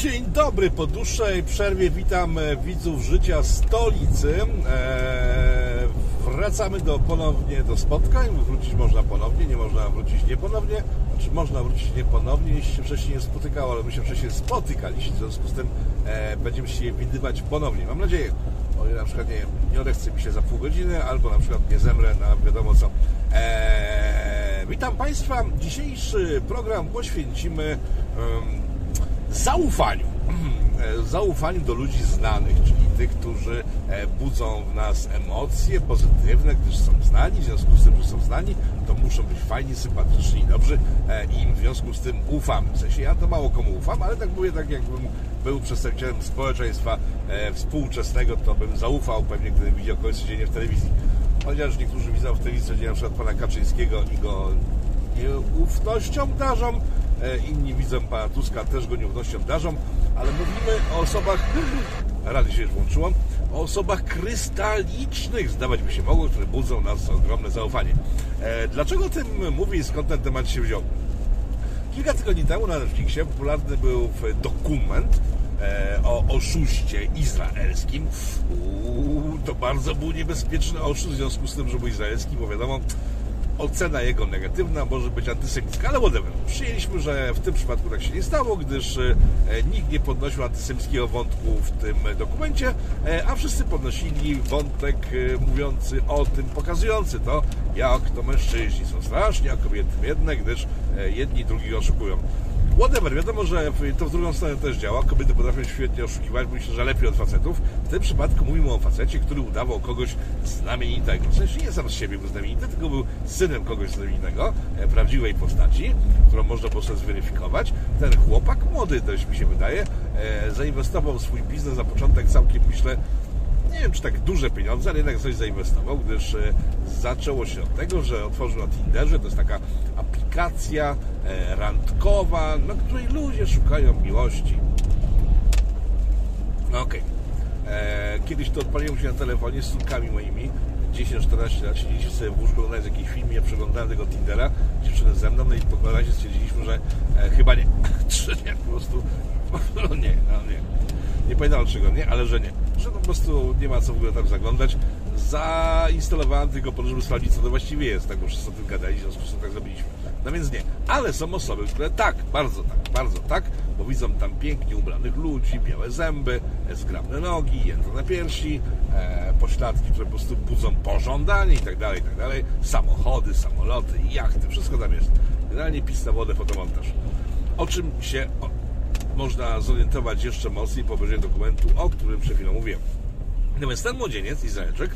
Dzień dobry, po dłuższej przerwie witam widzów Życia Stolicy. Wracamy ponownie do spotkań. Wrócić można ponownie, nie można wrócić nieponownie. Znaczy można wrócić nieponownie, jeśli się wcześniej nie spotykało, ale my się wcześniej spotykaliśmy, w związku z tym będziemy się widywać ponownie. Mam nadzieję, o ile na przykład nie odechce mi się za pół godziny, albo na przykład nie zemrę na wiadomo co. Witam Państwa. Dzisiejszy program poświęcimy zaufaniu do ludzi znanych, czyli tych, którzy budzą w nas emocje pozytywne, gdyż są znani. W związku z tym, że są znani, to muszą być fajni, sympatyczni i dobrzy i im w związku z tym ufam. W sensie ja to mało komu ufam, ale tak mówię, tak jakbym był przedstawicielem społeczeństwa współczesnego, to bym zaufał pewnie, gdybym widział kogoś codziennie w telewizji. Chociaż niektórzy widzą w telewizji codziennie na przykład pana Kaczyńskiego i go nieufnością darzą, inni widzą pana Tuska, też go nieufnością darzą, ale mówimy o osobach, rady się już włączyło, o osobach krystalicznych, zdawać by się mogło, które budzą nas ogromne zaufanie. Dlaczego o tym mówię i skąd ten temat się wziął? Kilka tygodni temu na Netflixie popularny był dokument o oszuście izraelskim. To bardzo był niebezpieczny oszust, w związku z tym, że był izraelski, bo wiadomo, ocena jego negatywna może być antysemicka, ale whatever. Przyjęliśmy, że w tym przypadku tak się nie stało, gdyż nikt nie podnosił antysemickiego wątku w tym dokumencie, a wszyscy podnosili wątek mówiący o tym, pokazujący to, jak to mężczyźni są straszni, a kobiety biedne, gdyż jedni drugich oszukują. Whatever, wiadomo, że to w drugą stronę też działa. Kobiety potrafią świetnie oszukiwać, myślę, że lepiej od facetów. W tym przypadku mówimy o facecie, który udawał kogoś znamienitego. W sensie nie sam z siebie był znamienity, tylko był synem kogoś znamienitego, prawdziwej postaci, którą można było sobie zweryfikować. Ten chłopak, młody też mi się wydaje, zainwestował w swój biznes na początek całkiem, myślę, nie wiem, czy tak duże pieniądze, ale jednak coś zainwestował, gdyż zaczęło się od tego, że otworzył na Tinderze, to jest taka aplikacja randkowa, na której ludzie szukają miłości. Okej. Kiedyś to odpaliłem się na telefonie z córkami moimi, 10-14 lat, siedzieliśmy sobie w łóżku, oglądając jakiś film, ja przeglądałem tego Tindera, dziewczyny ze mną, no i po razie stwierdziliśmy, że chyba nie. Nie, po prostu nie. Nie pamiętam czego, nie, ale że nie. Że po prostu nie ma co w ogóle tam zaglądać. Zainstalowałem tylko po to, żeby sprawdzić, co to właściwie jest. Tak, bo wszyscy o tym gadali, w związku z tym tak zrobiliśmy. No więc nie. Ale są osoby, które tak, bardzo tak, bo widzą tam pięknie ubranych ludzi, białe zęby, zgrabne nogi, jędrne piersi, pośladki, które po prostu budzą pożądanie i tak dalej. Samochody, samoloty, jachty, wszystko tam jest. Generalnie pis na wodę, fotomontaż. O czym się można zorientować jeszcze mocniej po obejrzeniu dokumentu, o którym przed chwilą mówiłem. Natomiast ten młodzieniec, Izraelczyk,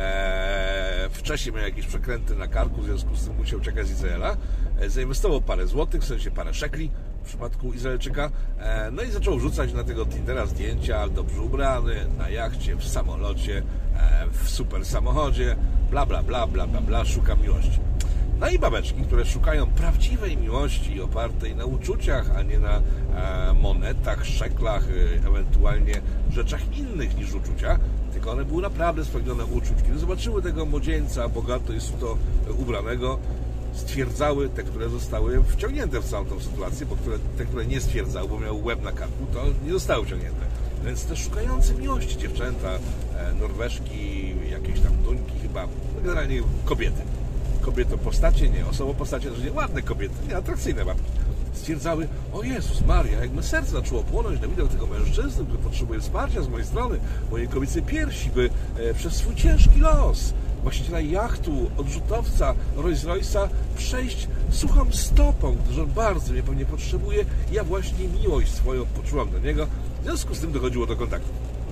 wcześniej miał jakieś przekręty na karku, w związku z tym musiał czekać z Izraela, zainwestował parę złotych, w sensie parę szekli w przypadku Izraelczyka, no i zaczął rzucać na tego Tindera zdjęcia, dobrze ubrany, na jachcie, w samolocie, w super samochodzie, bla, szuka miłości. No i babeczki, które szukają prawdziwej miłości opartej na uczuciach, a nie na monetach, szeklach, ewentualnie rzeczach innych niż uczucia, tylko one były naprawdę spragnione uczuć. Kiedy zobaczyły tego młodzieńca bogato i suto ubranego, stwierdzały, te, które zostały wciągnięte w całą tą sytuację, bo te, które nie stwierdzały, bo miały łeb na karku, to nie zostały wciągnięte. Więc te szukające miłości dziewczęta, Norweżki, jakieś tam Duńki chyba, generalnie kobiety. Kobietopostacie, nie, osobopostacie, też nie, ładne kobiety, nie, atrakcyjne babki. Stwierdzały, o Jezus Maria, jak me serce zaczęło płonąć na widok tego mężczyzny, który potrzebuje wsparcia z mojej strony, mojej kobiecej piersi, by przez swój ciężki los właściciela jachtu, odrzutowca, Rolls Royce'a przejść suchą stopą, gdyż on bardzo mnie pewnie potrzebuje. Ja właśnie miłość swoją poczułam do niego, w związku z tym dochodziło do kontaktu.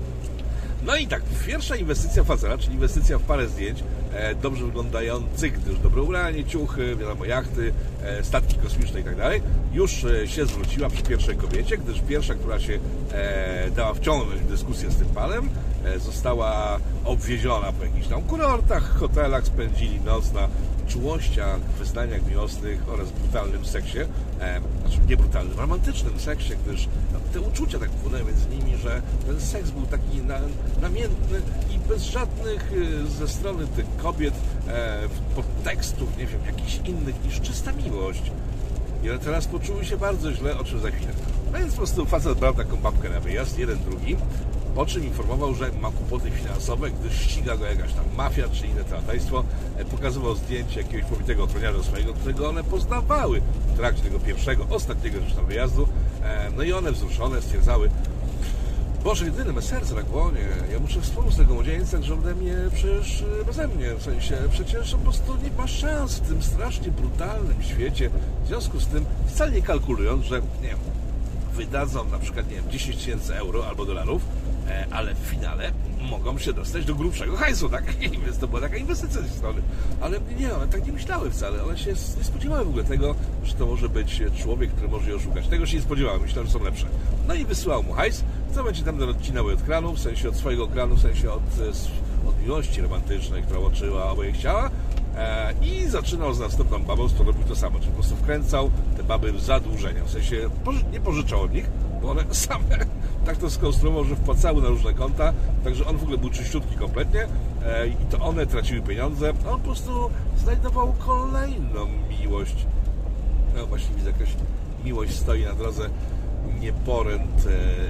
No i tak, pierwsza inwestycja faceta, czyli inwestycja w parę zdjęć, dobrze wyglądających, gdyż dobre ubranie, ciuchy, wiadomo, jachty, statki kosmiczne i tak dalej, już się zwróciła przy pierwszej kobiecie, gdyż pierwsza, która się dała wciągnąć w dyskusję z tym panem, została obwieziona po jakichś tam kurortach, hotelach, spędzili noc na czułościach, wyznaniach miłosnych oraz brutalnym seksie, znaczy nie brutalnym, romantycznym seksie, gdyż te uczucia tak płynęły między nimi, że ten seks był taki namiętny i bez żadnych ze strony tych kobiet podtekstów, nie wiem, jakichś innych niż czysta miłość. I one teraz poczuły się bardzo źle, o czym za chwilę. No więc po prostu facet brał taką babkę na wyjazd, jeden, drugi, po czym informował, że ma kłopoty finansowe, gdyż ściga go jakaś tam mafia czy inne taratajstwo. Pokazywał zdjęcie jakiegoś pobitego ochroniarza swojego, którego one poznawały w trakcie tego pierwszego, ostatniego zresztą wyjazdu. No i one wzruszone stwierdzały: Boże, jedyny me serce na głonie, ja muszę wspomóc tego młodzieńca, że ode mnie przecież beze mnie, w sensie przecież po prostu nie ma szans w tym strasznie brutalnym świecie. W związku z tym, wcale nie kalkulując, że nie wiem, wydadzą na przykład, nie wiem, 10 000 euro albo dolarów, ale w finale mogą się dostać do grubszego hajsu, tak? Więc to była taka inwestycja z ich strony. Ale nie, one tak nie myślały wcale. One się nie spodziewały w ogóle tego, że to może być człowiek, który może je oszukać. Tego się nie spodziewały. Myślałem, że są lepsze. No i wysyłał mu hajs. Co będzie tam odcinały od kranu, w sensie od swojego kranu, w sensie od miłości romantycznej, która łączyła oboje chciała. I zaczynał z następną babą, z którą robił to samo. Czyli po prostu wkręcał te baby w zadłużenia. W sensie nie pożyczał od nich, bo one same tak to skonstruował, że wpłacały na różne konta, także on w ogóle był czyściutki kompletnie i to one traciły pieniądze, a on po prostu znajdował kolejną miłość. No właśnie widzę, jakaś miłość stoi na drodze, Nieporęt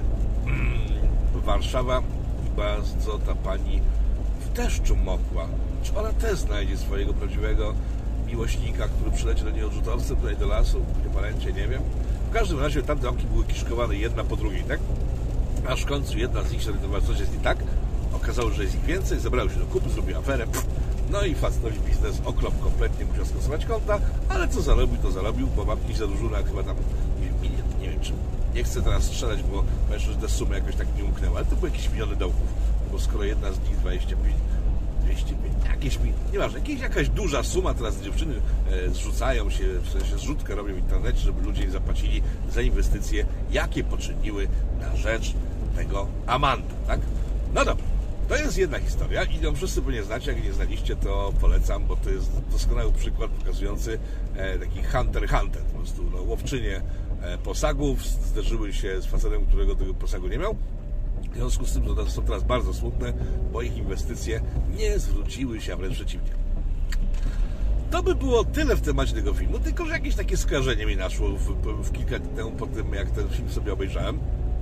Warszawa i bardzo ta pani w deszczu mokła. Czy ona też znajdzie swojego prawdziwego miłośnika, który przyleci do niej odrzutowcem tutaj do lasu? W Nieporęcie, nie wiem. W każdym razie tamte domki były kiszkowane jedna po drugiej, tak? Aż w końcu jedna z nich się zorientowała, coś jest nie tak. Okazało, że jest ich więcej, zabrały się do kupy, zrobiły aferę. No i facetowi biznes oklop kompletnie, musiał skasować konta, ale co zarobił, bo babki zadłużyły na chyba tam milion, nie wiem czy. Nie chcę teraz strzelać, bo myślę, że te sumy jakoś tak nie umknęły, ale to były jakieś miliony dołków, bo skoro jedna z nich 25, 205, jakieś, nieważne, jakaś duża suma, teraz dziewczyny zrzucają się, w sensie zrzutkę robią w internecie, żeby ludzie im zapłacili za inwestycje, jakie poczynili na rzecz tego amanta, tak? No dobra, to jest jedna historia i ją wszyscy pewnie znacie, jak nie znaliście, to polecam, bo to jest doskonały przykład pokazujący taki hunter, po prostu łowczynie posagów zderzyły się z facetem, którego tego posagu nie miał. W związku z tym to są teraz bardzo smutne, bo ich inwestycje nie zwróciły się, a wręcz przeciwnie. To by było tyle w temacie tego filmu, tylko że jakieś takie skojarzenie mi naszło w kilka dni temu po tym, jak ten film sobie obejrzałem.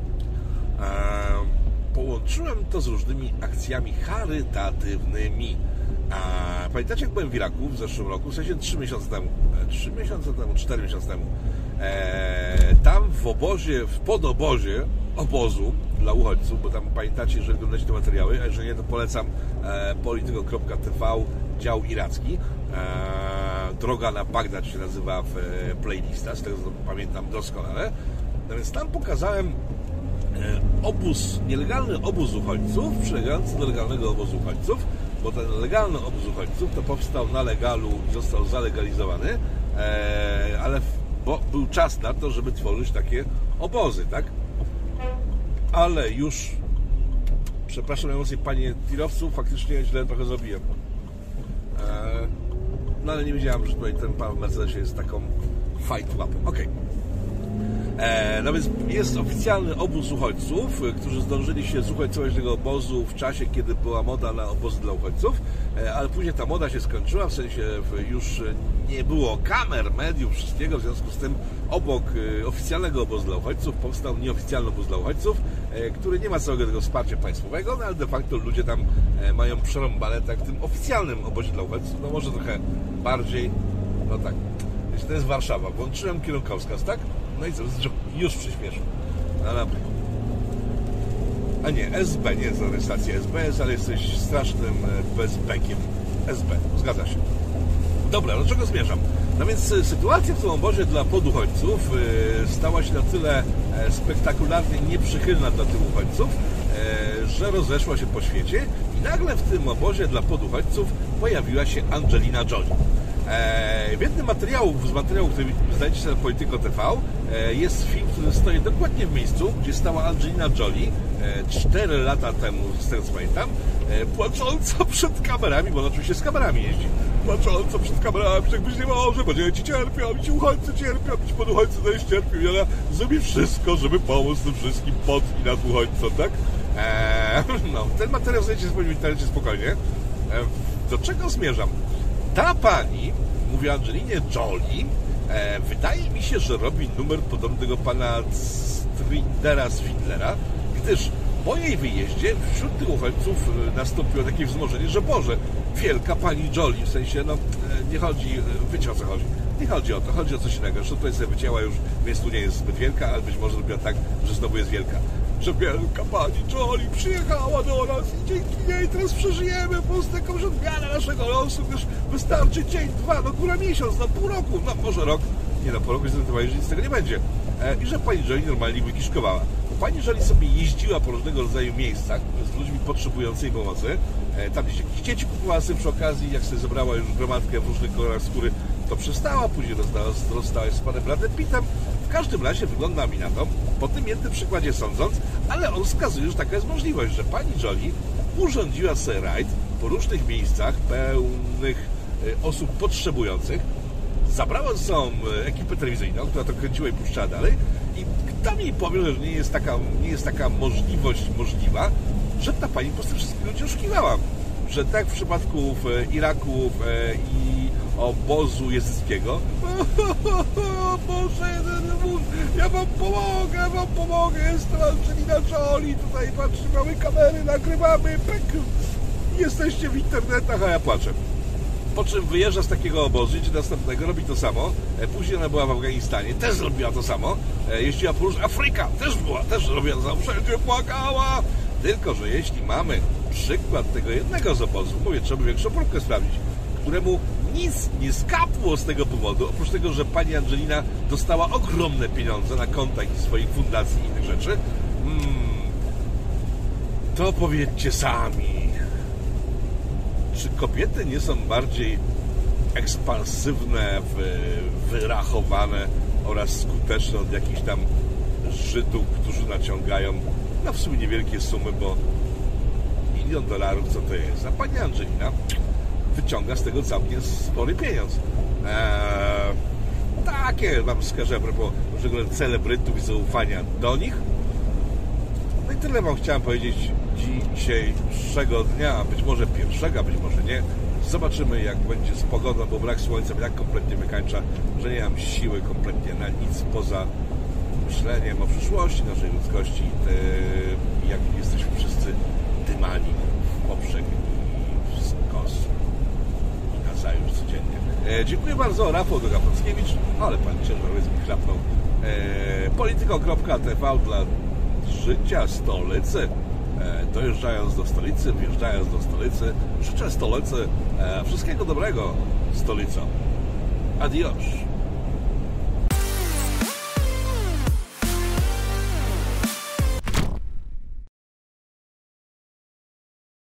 Połączyłem to z różnymi akcjami charytatywnymi. Pamiętacie, jak byłem w Iraku w zeszłym roku, w sensie 4 miesiące temu, tam w obozie, w podobozie obozu dla uchodźców, bo tam pamiętacie, jeżeli oglądacie te materiały, a jeżeli nie, to polecam polityko.tv, dział iracki. Droga na Bagdad się nazywa w playlistach, z tego co pamiętam doskonale. No więc tam pokazałem nielegalny obóz uchodźców, przylegający do legalnego obozu uchodźców, bo ten legalny obóz uchodźców to powstał na legalu i został zalegalizowany, ale bo był czas na to, żeby tworzyć takie obozy, tak? Ale już, przepraszam najmocniej, panie tirowcu, faktycznie źle trochę zrobiłem. No ale nie wiedziałem, że tutaj ten pan w Mercedesie jest taką fight łapą. Okej. No więc jest oficjalny obóz uchodźców, którzy zdążyli się zuchodźcować tego obozu w czasie, kiedy była moda na obozy dla uchodźców, ale później ta moda się skończyła, w sensie już nie było kamer, mediów, wszystkiego, w związku z tym obok oficjalnego obozu dla uchodźców powstał nieoficjalny obóz dla uchodźców, który nie ma całego tego wsparcia państwowego, no ale de facto ludzie tam mają przerąbane tak w tym oficjalnym obozie dla uchodźców, no może trochę bardziej, no tak, to jest Warszawa, włączyłem kierunkowskaz, tak? No i co, już przyspieszył. No dobra. A nie, SB, nie jest na stacji SBS, ale jesteś strasznym bezbekiem. SB, zgadza się. Dobra, do czego zmierzam? No więc sytuacja w tym obozie dla poduchodźców stała się na tyle spektakularnie nieprzychylna dla tych uchodźców, że rozeszła się po świecie i nagle w tym obozie dla poduchodźców pojawiła się Angelina Jolie. W jednym z materiałów, który znajdziecie na Polityko TV, jest film, który stoi dokładnie w miejscu, gdzie stała Angelina Jolie 4 lata temu, z tego co pamiętam, płacząca przed kamerami, bo on oczywiście z kamerami jeździ, płacząca przed kamerami, że być nie może, bo dzieci cierpią, ci uchodźcy cierpią, ci poduchodźcy też cierpią i ona zrobi wszystko, żeby pomóc tym wszystkim pod i nad uchodźcom, tak? No, ten materiał znajdziecie w internecie spokojnie. Do czego zmierzam? Ta pani, mówię Angelinie Jolie, Wydaje mi się, że robi numer podobnego pana Strindera z Fiedlera, gdyż po jej wyjeździe wśród tych uchodźców nastąpiło takie wzmożenie, że Boże, wielka pani Jolie, w sensie, no nie chodzi, wiecie o co chodzi. Nie chodzi o to, chodzi o coś innego. Zresztą tutaj sobie wycięła już, więc tu nie jest zbyt wielka, ale być może zrobiła tak, że znowu jest wielka. Że wielka pani Jolie przyjechała do nas i dzięki niej teraz przeżyjemy po prostu taką odmianę naszego losu, gdyż wystarczy dzień, dwa, no góra miesiąc, no pół roku, no może rok. Nie no, po roku zdecydowali, że nic z tego nie będzie. I że pani Jolie normalnie wykiszkowała. Pani Jolie sobie jeździła po różnego rodzaju miejscach z ludźmi potrzebującymi pomocy. Tam gdzieś jakieś dzieci kupowała sobie przy okazji, jak sobie zebrała już gromadkę w różnych kolorach skóry, to przestała, później rozstała się z panem Bradem Pittem. W każdym razie wygląda mi na to, po tym jednym przykładzie sądząc, ale on wskazuje, że taka jest możliwość, że pani Jolie urządziła sobie rajd po różnych miejscach pełnych osób potrzebujących, zabrała ze sobą ekipę telewizyjną, która to kręciła i puszczała dalej i kto mi powie, że nie jest taka możliwość możliwa, że ta pani po prostu wszystkich ludzi oszukiwała. Że tak w przypadku Iraku i obozu jezyckiego Boże, ja wam pomogę, jestem Angelina Jolie, tutaj patrzcie, mamy kamery, nagrywamy, pek, jesteście w internetach, a ja płaczę. Po czym wyjeżdża z takiego obozu, idzie następnego, robi to samo. Później ona była w Afganistanie, też zrobiła to samo. Jeździła po różnych... Afryka też robiła to samo, wszędzie płakała. Tylko że jeśli mamy przykład tego jednego z obozów, mówię, trzeba by większą próbkę sprawdzić, któremu nic nie skapło z tego powodu, oprócz tego, że pani Angelina dostała ogromne pieniądze na kontach swoich fundacji i innych rzeczy, to powiedzcie sami, czy kobiety nie są bardziej ekspansywne, wyrachowane oraz skuteczne od jakichś tam Żydów, którzy naciągają w sumie niewielkie sumy, bo $1 000 000 co to jest? A pani Angelina wyciąga z tego całkiem spory pieniądz. Takie wam wskażę a propos celebrytów i zaufania do nich. No i tyle wam chciałem powiedzieć dzisiejszego dnia, być może pierwszego, być może nie. Zobaczymy, jak będzie z pogodą, bo brak słońca mnie tak kompletnie wykańcza, że nie mam siły kompletnie na nic poza myśleniem o przyszłości naszej ludzkości, jak jesteśmy wszyscy dymani w poprzek i w skos i na zajutrz codziennie. Dziękuję bardzo, Rafał Dogapowskiewicz, ale pan ciężarowiec mi chlapnął. Polityko.tv dla życia stolicy. Dojeżdżając do stolicy, wjeżdżając do stolicy, życzę stolicy wszystkiego dobrego, stolico. Adios.